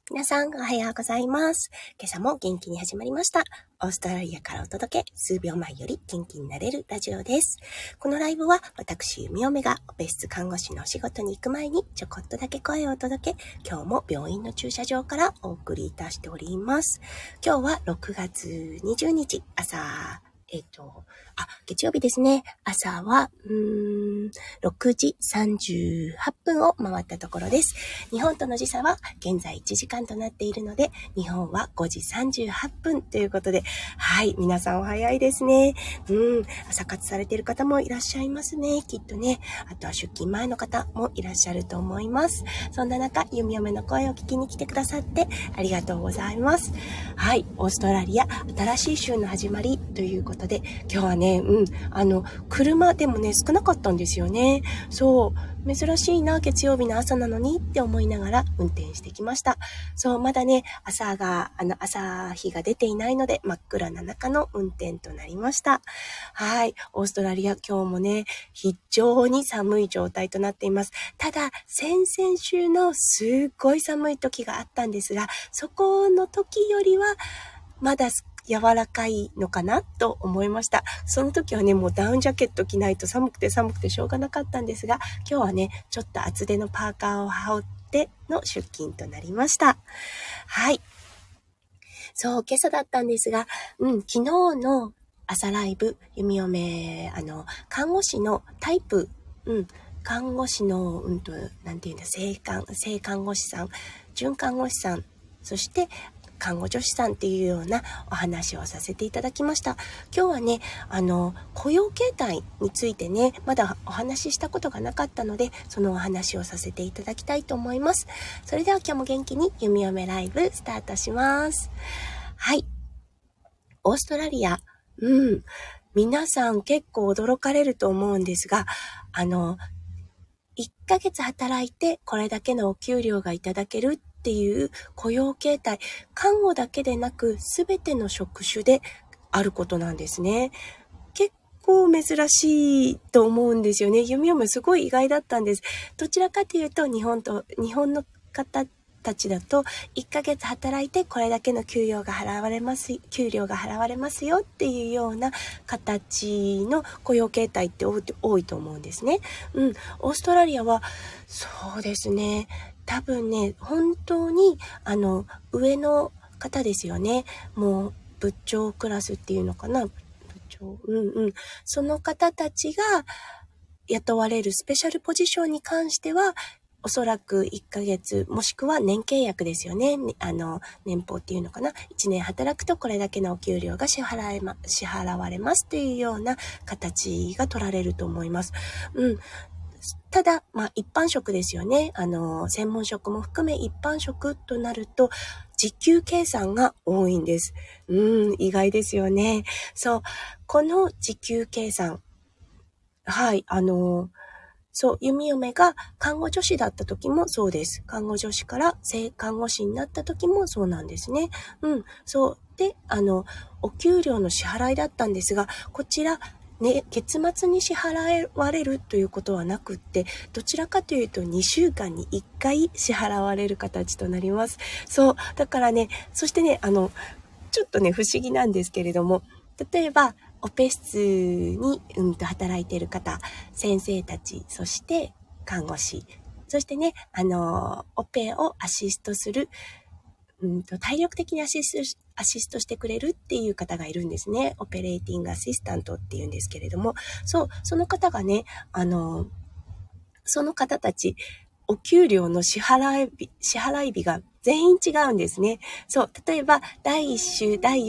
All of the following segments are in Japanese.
皆さん、おはようございます。今朝も元気に始まりました。オーストラリアからお届け、数秒前より元気になれるラジオです。このライブは、私、ゆみおめがオペ室看護師のお仕事に行く前に、ちょこっとだけ声をお届け、今日も病院の駐車場からお送りいたしております。今日は6月20日、朝、月曜日ですね。朝は、6時38分を回ったところです。日本との時差は現在1時間となっているので、日本は5時38分ということで、はい、皆さんお早いですね。朝活されている方もいらっしゃいますね。きっとね。あとは出勤前の方もいらっしゃると思います。そんな中、ゆみおめの声を聞きに来てくださってありがとうございます。はい、オーストラリア新しい週の始まりということで、今日はね、車でもね、少なかったんですよね。そう、珍しいな、月曜日の朝なのにって思いながら運転してきました。そう、まだね、朝日が出ていないので、真っ暗な中の運転となりました。はい、オーストラリア、今日もね、非常に寒い状態となっています。ただ、先々週のすっごい寒い時があったんですが、そこの時よりは、まだ柔らかいのかなと思いました。その時はね、もうダウンジャケット着ないと寒くてしょうがなかったんですが、今日はね、ちょっと厚手のパーカーを羽織っての出勤となりました。はい。そう、今朝だったんですが、昨日の朝ライブ、弓嫁、看護師のタイプ、看護師の、なんていうんだ、正看護師さん、准看護師さん、そして、看護助手さんっていうようなお話をさせていただきました。今日はね、雇用形態についてね、まだお話ししたことがなかったので、そのお話をさせていただきたいと思います。それでは今日も元気に弓嫁ライブスタートします。はい。オーストラリア、皆さん結構驚かれると思うんですが、1ヶ月働いてこれだけのお給料がいただけるっていう雇用形態、看護だけでなく全ての職種であることなんですね。結構珍しいと思うんですよね。弓嫁すごい意外だったんです。どちらかというと日本の方たちだと1ヶ月働いてこれだけの給料が払われますよっていうような形の雇用形態って多いと思うんですね。オーストラリアはそうですね。多分ね、本当に上の方ですよね。もう部長クラスっていうのかな。その方たちが雇われるスペシャルポジションに関してはおそらく1ヶ月もしくは年契約ですよね。年俸っていうのかな。1年働くとこれだけのお給料が支払われますっていうような形が取られると思います。ただ、一般職ですよね。専門職も含め一般職となると、時給計算が多いんです。意外ですよね。そう。この時給計算。はい。弓嫁が看護助手だった時もそうです。看護助手から正看護師になった時もそうなんですね。そう。で、お給料の支払いだったんですが、こちら、ね、月末に支払われるということはなくって、どちらかというと2週間に1回支払われる形となります。そう。だからね、そしてね、ちょっとね、不思議なんですけれども、例えば、オペ室に、働いている方、先生たち、そして看護師、そしてね、オペをアシストする、体力的にアシストしてくれるっていう方がいるんですね。オペレーティングアシスタントっていうんですけれども、そう、その方がね、その方たち、お給料の支払い日が全員違うんですね。そう、例えば、第1週、第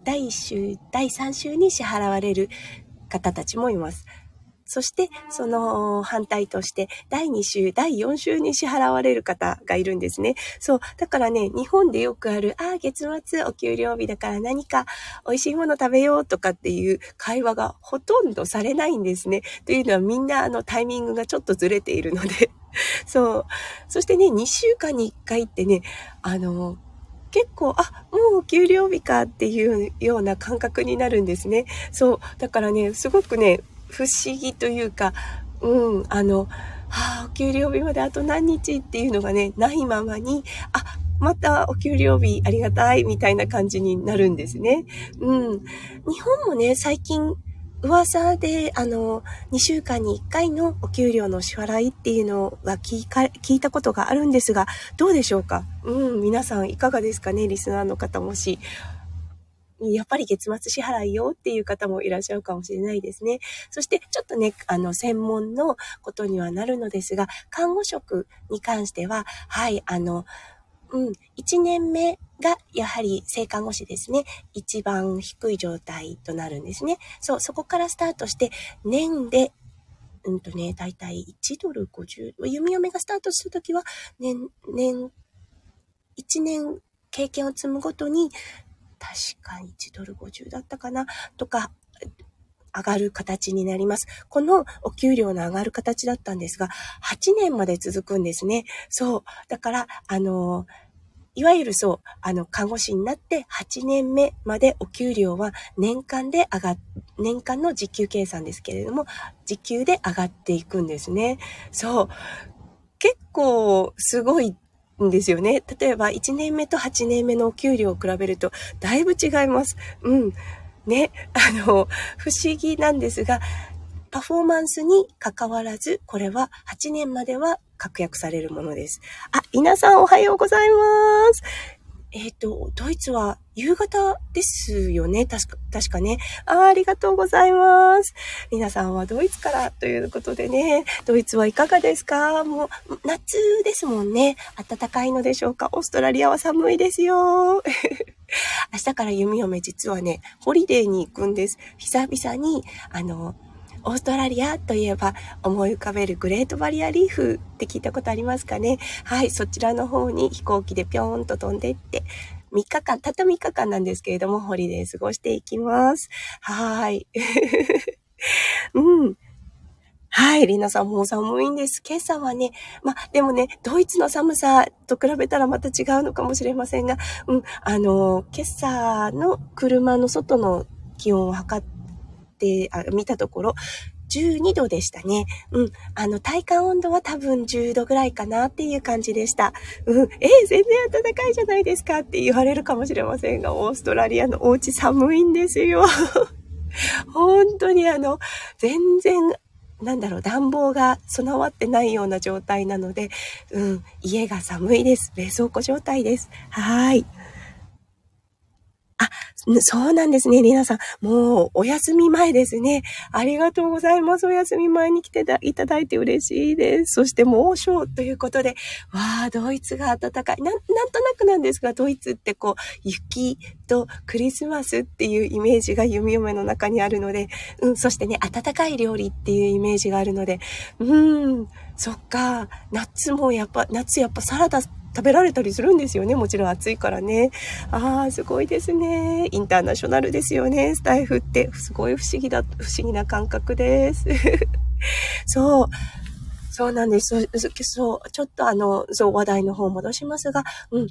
3週に支払われる方たちもいます。そして、その反対として、第2週、第4週に支払われる方がいるんですね。そう。だからね、日本でよくある、月末お給料日だから何か美味しいもの食べようとかっていう会話がほとんどされないんですね。というのはみんなタイミングがちょっとずれているので。そう。そしてね、2週間に1回ってね、結構、もうお給料日かっていうような感覚になるんですね。そう。だからね、すごくね、不思議というか、お給料日まであと何日っていうのがね、ないままに、 またお給料日ありがたいみたいな感じになるんですね。日本もね、最近噂で、2週間に1回のお給料の支払いっていうのが聞いたことがあるんですが、どうでしょうか？皆さんいかがですかね？リスナーの方もし、やっぱり月末支払いよっていう方もいらっしゃるかもしれないですね。そしてちょっとね、専門のことにはなるのですが、看護職に関しては、はい、1年目がやはり正看護師ですね。一番低い状態となるんですね。そこからスタートして、年で、だいたい1ドル50、弓嫁がスタートするときは、1年経験を積むごとに、確か1ドル50だったかなとか、上がる形になります。このお給料の上がる形だったんですが、8年まで続くんですね。そう。だから、いわゆる看護師になって8年目までお給料は年間の時給計算ですけれども、時給で上がっていくんですね。そう。結構すごいんですよね。例えば1年目と8年目のお給料を比べるとだいぶ違います。ね。不思議なんですが、パフォーマンスに関わらず、これは8年までは確約されるものです。稲さんおはようございます。ドイツは夕方ですよね。確かね。ありがとうございます。皆さんはドイツからということでね、ドイツはいかがですか？もう夏ですもんね。暖かいのでしょうか？オーストラリアは寒いですよ。明日から弓嫁実はね、ホリデーに行くんです。久々に、オーストラリアといえば思い浮かべるグレートバリアリーフって聞いたことありますかね？はい、そちらの方に飛行機でぴょーんと飛んでいって、たった3日間なんですけれども、ホリデー過ごしていきます。はい。はい、リナさんもう寒いんです。今朝はね、でもね、ドイツの寒さと比べたらまた違うのかもしれませんが、今朝の車の外の気温を測って見たところ、12度でしたね。体感温度は多分10度ぐらいかなっていう感じでした。全然暖かいじゃないですかって言われるかもしれませんが、オーストラリアのお家寒いんですよ。本当に全然、暖房が備わってないような状態なので、家が寒いです。冷蔵庫状態です。はい。そうなんですね、リナさん。もう、お休み前ですね。ありがとうございます。お休み前に来ていただいて嬉しいです。そして猛暑ということで、ドイツが暖かい。なんとなくなんですが、ドイツって雪とクリスマスっていうイメージが弓嫁の中にあるので、そしてね、暖かい料理っていうイメージがあるので、そっか、夏やっぱサラダ食べられたりするんですよね。もちろん暑いからね。すごいですね。インターナショナルですよね。スタイフって。すごい不思議な感覚です。そうなんです。ちょっと話題の方戻しますが、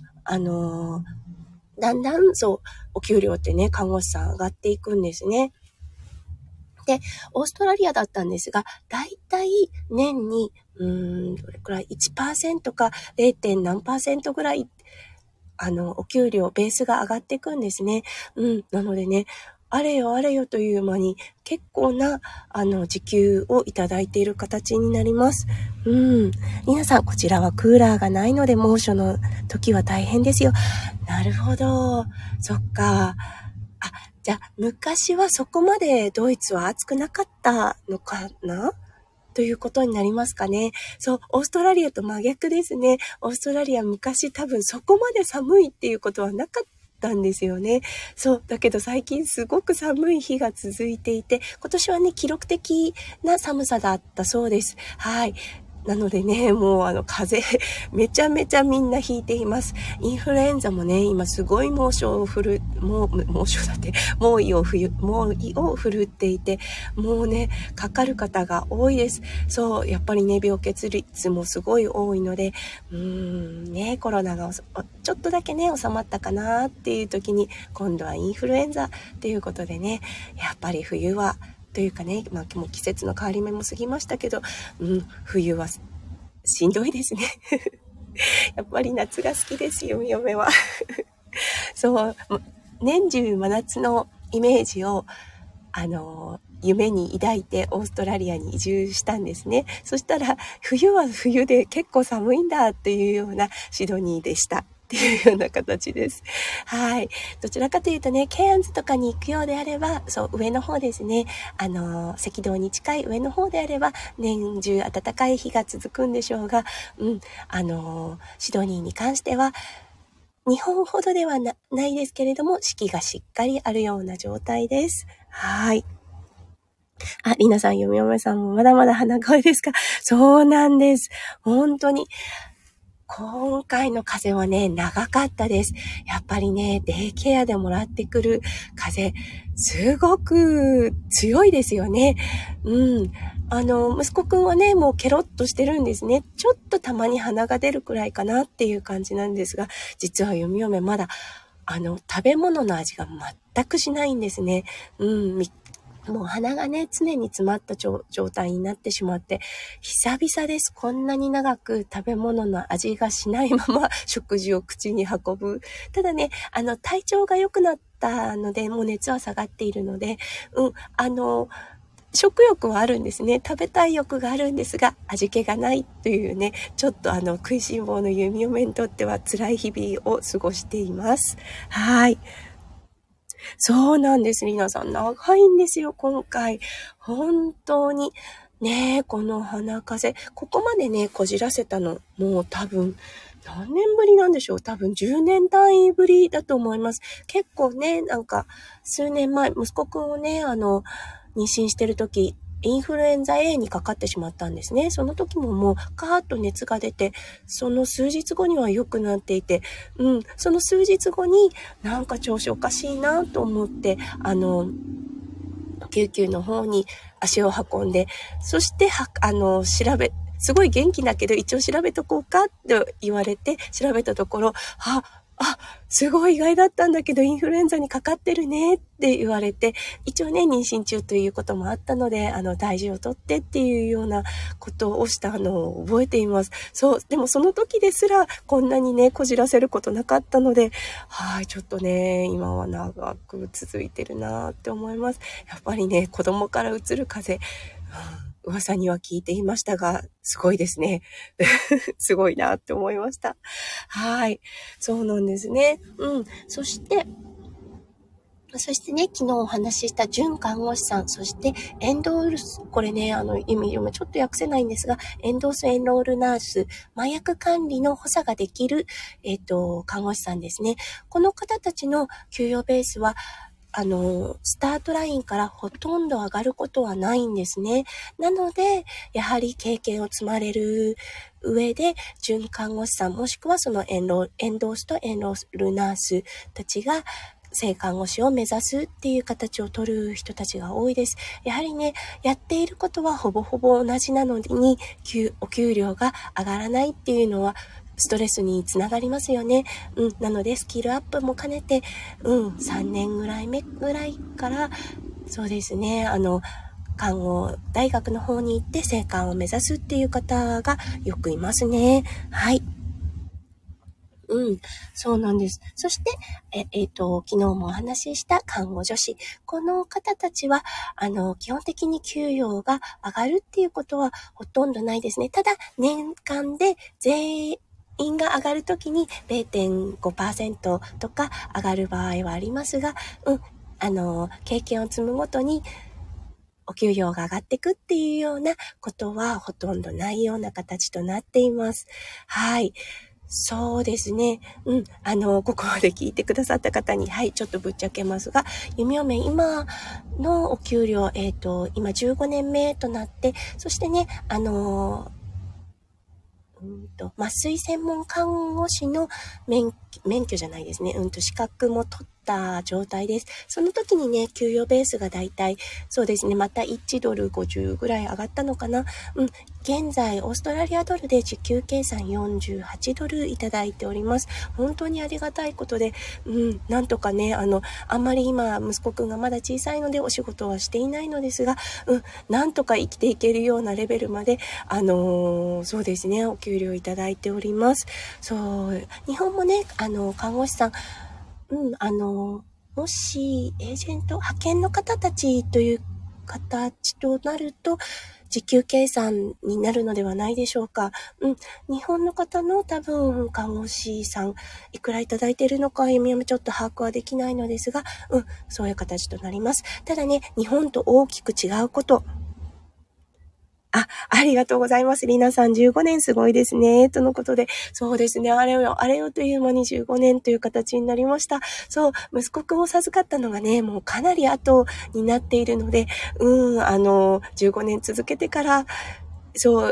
だんだんお給料ってね、看護師さん上がっていくんですね。で、オーストラリアだったんですが、だいたい年に、どれくらい 1% か 0. 何%ぐらい、お給料、ベースが上がっていくんですね。なのでね、あれよという間に結構な、時給をいただいている形になります。皆さん、こちらはクーラーがないので猛暑の時は大変ですよ。なるほど。そっか。じゃあ、昔はそこまでドイツは暑くなかったのかなということになりますかね。そう、オーストラリアと真逆ですね。オーストラリア昔多分そこまで寒いっていうことはなかったんですよね。そう、だけど最近すごく寒い日が続いていて、今年はね、記録的な寒さだったそうです。はい。なのでね、もう風邪、めちゃめちゃみんなひいています。インフルエンザもね、今すごい猛威を振るっていて、もうね、かかる方が多いです。そう、やっぱりね、病欠率もすごい多いので、コロナがちょっとだけね、収まったかなっていう時に、今度はインフルエンザっていうことでね、やっぱり冬は、というかね、もう季節の変わり目も過ぎましたけど、冬はしんどいですね。 やっぱり夏が好きですよ、嫁は。そう、年中真夏のイメージを、夢に抱いてオーストラリアに移住したんですね。そしたら、冬は冬で結構寒いんだっていうようなシドニーでした。っていうような形です。はい。どちらかというとね、ケアンズとかに行くようであれば、そう、上の方ですね。赤道に近い上の方であれば、年中暖かい日が続くんでしょうが、シドニーに関しては、日本ほどではないですけれども、四季がしっかりあるような状態です。はい。あ、りなさん、よみおめさんもまだまだ鼻声ですか？そうなんです。本当に。今回の風はね、長かったです。やっぱりね、デイケアでもらってくる風、すごく強いですよね。息子くんはね、もうケロッとしてるんですね。ちょっとたまに鼻が出るくらいかなっていう感じなんですが、実は弓嫁まだ、食べ物の味が全くしないんですね。もう鼻がね、常に詰まった状態になってしまって、久々です。こんなに長く食べ物の味がしないまま食事を口に運ぶ。ただね、体調が良くなったので、もう熱は下がっているので、食欲はあるんですね。食べたい欲があるんですが、味気がないというね、ちょっと食いしん坊の弓嫁にとっては辛い日々を過ごしています。はい。そうなんです。りなさん。長いんですよ、今回。本当に。ねえ、この鼻風。ここまでね、こじらせたの、もう多分、何年ぶりなんでしょう。多分10年単位ぶりだと思います。結構ね、数年前、息子くんをね、妊娠してる時、インフルエンザ A にかかってしまったんですね。その時ももうカーッと熱が出て、その数日後には良くなっていて、その数日後になんか調子おかしいなと思って、救急の方に足を運んで、そしてすごい元気だけど一応調べとこうかって言われて調べたところ、すごい意外だったんだけどインフルエンザにかかってるねって言われて、一応ね、妊娠中ということもあったので、大事をとってっていうようなことをしたのを覚えています。そう、でもその時ですらこんなにね、こじらせることなかったので、ちょっとね、今は長く続いてるなって思います。やっぱりね、子供からうつる風邪、噂には聞いていましたが、すごいですね。すごいなって思いました。はい。そうなんですね。そしてね、昨日お話しした準看護師さん、そしてエンドールス、これね、今ちょっと訳せないんですが、エンドースエンロールナース、麻薬管理の補佐ができる、看護師さんですね。この方たちの給与ベースは、スタートラインからほとんど上がることはないんですね。なので、やはり経験を積まれる上で、準看護師さんもしくはそのエンドースとエンロールナースたちが、正看護師を目指すっていう形を取る人たちが多いです。やはりね、やっていることはほぼほぼ同じなのに、お給料が上がらないっていうのは、ストレスにつながりますよね。なのでスキルアップも兼ねて、3年ぐらいから、そうですね、看護大学の方に行って正看を目指すっていう方がよくいますね。はい。そうなんです。そして、昨日もお話しした看護助手。この方たちは、基本的に給与が上がるっていうことはほとんどないですね。ただ、年間で全員が上がるときに 0.5% とか上がる場合はありますが、経験を積むごとに、お給料が上がっていくっていうようなことはほとんどないような形となっています。はい。そうですね。ここまで聞いてくださった方に、ちょっとぶっちゃけますが、弓嫁、今のお給料、今15年目となって、そしてね、麻酔専門看護師の免許じゃないですね。資格も取っった状態です。その時にね、給与ベースがだいたい、そうですね、また1ドル50ぐらい上がったのかな。現在、オーストラリアドルで時給計算48ドルいただいております。本当にありがたいことで、なんとかね、あんまり今、息子くんがまだ小さいのでお仕事はしていないのですが、なんとか生きていけるようなレベルまで、そうですね、お給料いただいております。そう、日本もね、看護師さん、もし、エージェント、派遣の方たちという形となると、時給計算になるのではないでしょうか。日本の方の多分、看護師さん、いくらいただいているのか、読みちょっと把握はできないのですが、そういう形となります。ただね、日本と大きく違うこと、ありがとうございます。リナさん、15年すごいですね。とのことで。そうですね。あれよという間に15年という形になりました。そう、息子くんを授かったのがね、もうかなり後になっているので、15年続けてから、そう、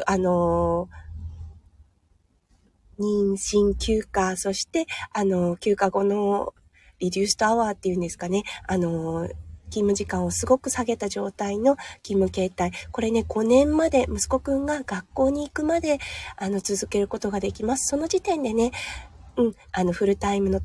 妊娠休暇、そして、休暇後のリデューストアワーっていうんですかね。勤務時間をすごく下げた状態の勤務形態。これね、5年まで、息子くんが学校に行くまで、続けることができます。その時点でね、フルタイムの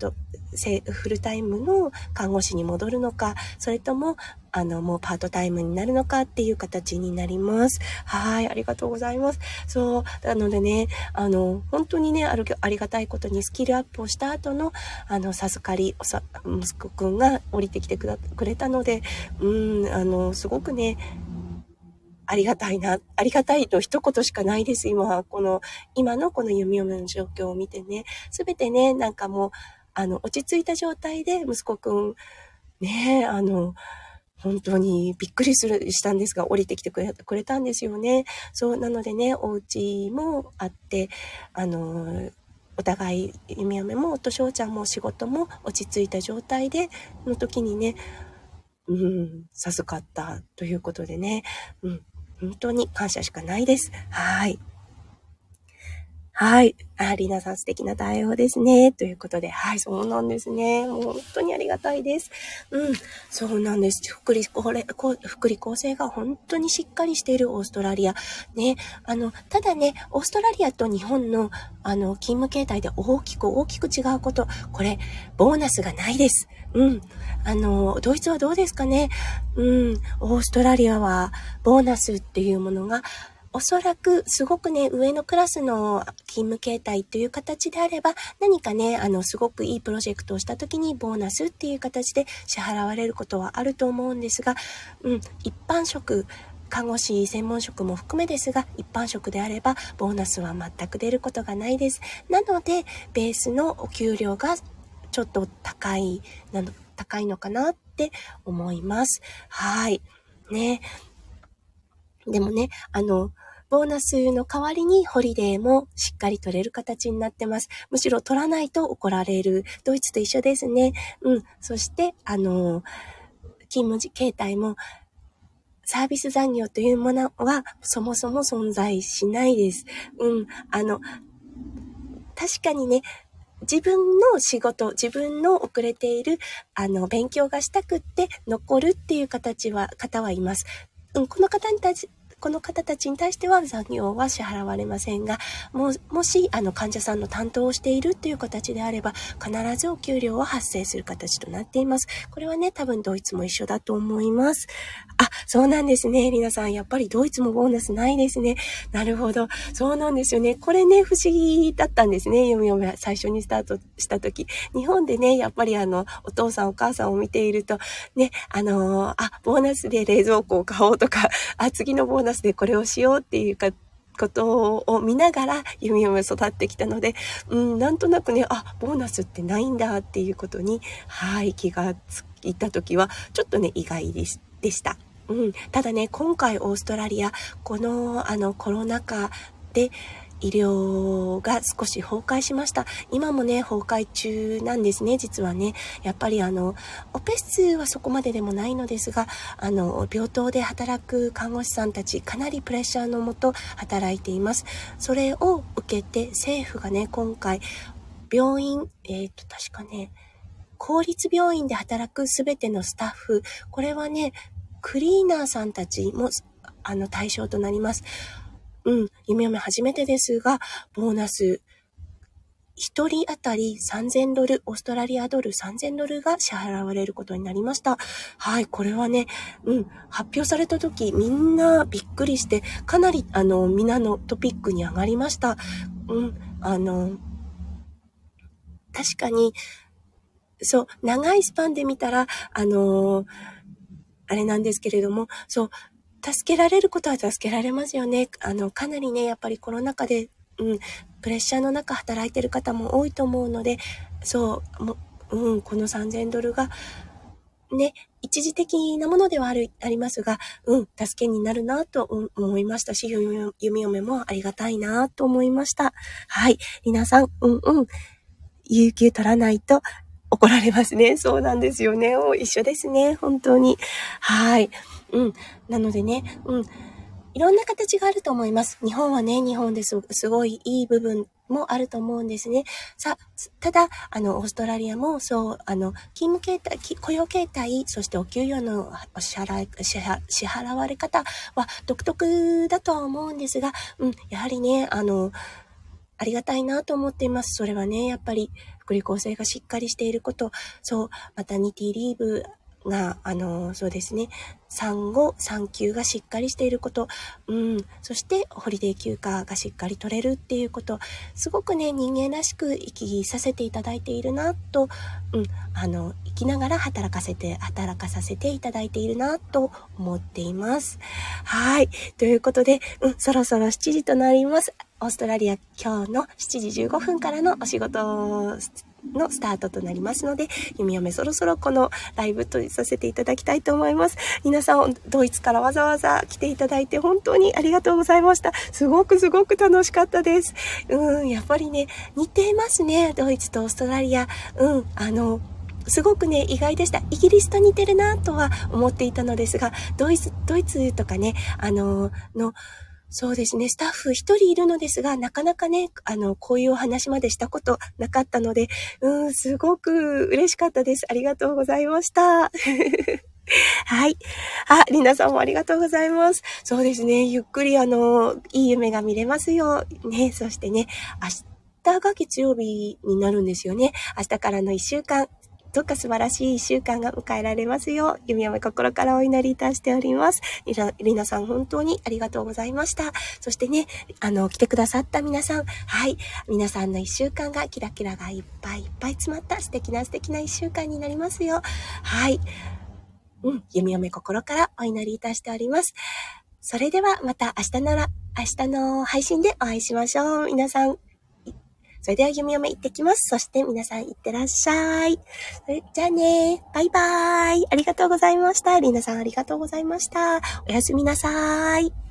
看護師に戻るのか、それとも、もうパートタイムになるのかっていう形になります。はい、ありがとうございます。そう、なのでね、本当にね、ありがたいことにスキルアップをした後の、授かり、息子くんが降りてきてくれたので、すごくね、ありがたいと一言しかないです。今のこの弓嫁の状況を見てね。すべてね、なんかもう、落ち着いた状態で息子くん、ね、本当にびっくりしたんですが、降りてきてくれたんですよね。そう、なのでね、お家もあって、お互い、弓嫁も夫翔ちゃんも仕事も落ち着いた状態で、の時にね、授かったということでね、本当に感謝しかないです。はい。はい。リナさん素敵な対応ですね。ということで、はい、そうなんですね。もう本当にありがたいです。そうなんです。福利厚生が本当にしっかりしているオーストラリア。ね、ただね、オーストラリアと日本の、勤務形態で大きく違うこと。これ、ボーナスがないです。ドイツはどうですかね。オーストラリアは、ボーナスっていうものが、おそらくすごくね、上のクラスの勤務形態という形であれば、何かね、すごくいいプロジェクトをした時にボーナスっていう形で支払われることはあると思うんですが、一般職、看護師専門職も含めですが、一般職であれば、ボーナスは全く出ることがないです。なので、ベースのお給料がちょっと高いのかなって思います。はい。ね。でもね、ボーナスの代わりにホリデーもしっかり取れる形になってます。むしろ取らないと怒られる。ドイツと一緒ですね。そして、勤務形態もサービス残業というものはそもそも存在しないです。確かにね、自分の仕事、自分の遅れている、勉強がしたくって残るっていう方はいます。この方たちに対しては残業は支払われませんが、もし、患者さんの担当をしているっていう形であれば、必ずお給料は発生する形となっています。これはね、多分ドイツも一緒だと思います。そうなんですね。皆さん、やっぱりドイツもボーナスないですね。なるほど。そうなんですよね。これね、不思議だったんですね。最初にスタートした時。日本でね、やっぱりお父さんお母さんを見ていると、ね、ボーナスで冷蔵庫を買おうとか、次のボーナスでこれをしようっていうことを見ながら弓嫁育ってきたので、なんとなくね、ボーナスってないんだっていうことに、気がついた時は、ちょっとね、意外でした。ただね、今回オーストラリア、このコロナ禍で医療が少し崩壊しました。今もね、崩壊中なんですね、実はね。やっぱりオペ室はそこまででもないのですが、病棟で働く看護師さんたち、かなりプレッシャーのもと働いています。それを受けて政府がね、今回、病院、確かね、 公立病院で働くすべてのスタッフ、これはね、クリーナーさんたちも、対象となります。夢嫁初めてですが、ボーナス、一人当たり$3000、オーストラリアドル$3000が支払われることになりました。はい、これはね、発表された時、みんなびっくりして、かなり、みんなのトピックに上がりました。確かに、そう、長いスパンで見たら、あれなんですけれども、そう、助けられることは助けられますよね。かなりね、やっぱりコロナ禍で、プレッシャーの中働いてる方も多いと思うので、そう、この$3000が、ね、一時的なものではありますが、助けになるなと思いましたし、弓嫁もありがたいなと思いました。はい、皆さん、有給取らないと怒られますね。そうなんですよね。一緒ですね。本当に。はい。なのでね、いろんな形があると思います。日本はね、日本ですごいいい部分もあると思うんですね。ただ、オーストラリアも、そう、勤務形態、雇用形態、そしてお給料の支払われ方は独特だとは思うんですが、やはりね、ありがたいなと思っています。それはね、やっぱり、福利厚生がしっかりしていること、そう、マタニティリーブが、そうですね、産後、産休がしっかりしていること、そして、ホリデー休暇がしっかり取れるっていうこと、すごくね、人間らしく生きさせていただいているな、と、生きながら働かさせていただいているな、と思っています。はい。ということで、そろそろ7時となります。オーストラリア今日の7時15分からのお仕事のスタートとなりますので、弓嫁そろそろこのライブとさせていただきたいと思います。皆さん、ドイツからわざわざ来ていただいて本当にありがとうございました。すごく楽しかったです。やっぱりね、似ていますね。ドイツとオーストラリア。すごくね、意外でした。イギリスと似てるなとは思っていたのですが、ドイツとかね、そうですね、スタッフ一人いるのですが、なかなかね、こういうお話までしたことなかったので、すごく嬉しかったです。ありがとうございました。はい。リナさんもありがとうございます。そうですね、ゆっくりいい夢が見れますよ。ね、そしてね、明日が月曜日になるんですよね。明日からの1週間、どうか素晴らしい1週間が迎えられますよう、弓嫁心からお祈りいたしております。リナさん本当にありがとうございました。そしてね、来てくださった皆さん、はい、皆さんの1週間がキラキラがいっぱいいっぱい詰まった素敵な1週間になりますよ。はい。弓嫁心からお祈りいたしております。それではまた明日の配信でお会いしましょう。皆さん。それでは弓嫁行ってきます。そして皆さん行ってらっしゃい。じゃあね、バイバーイ。ありがとうございました。リナさんありがとうございました。おやすみなさい。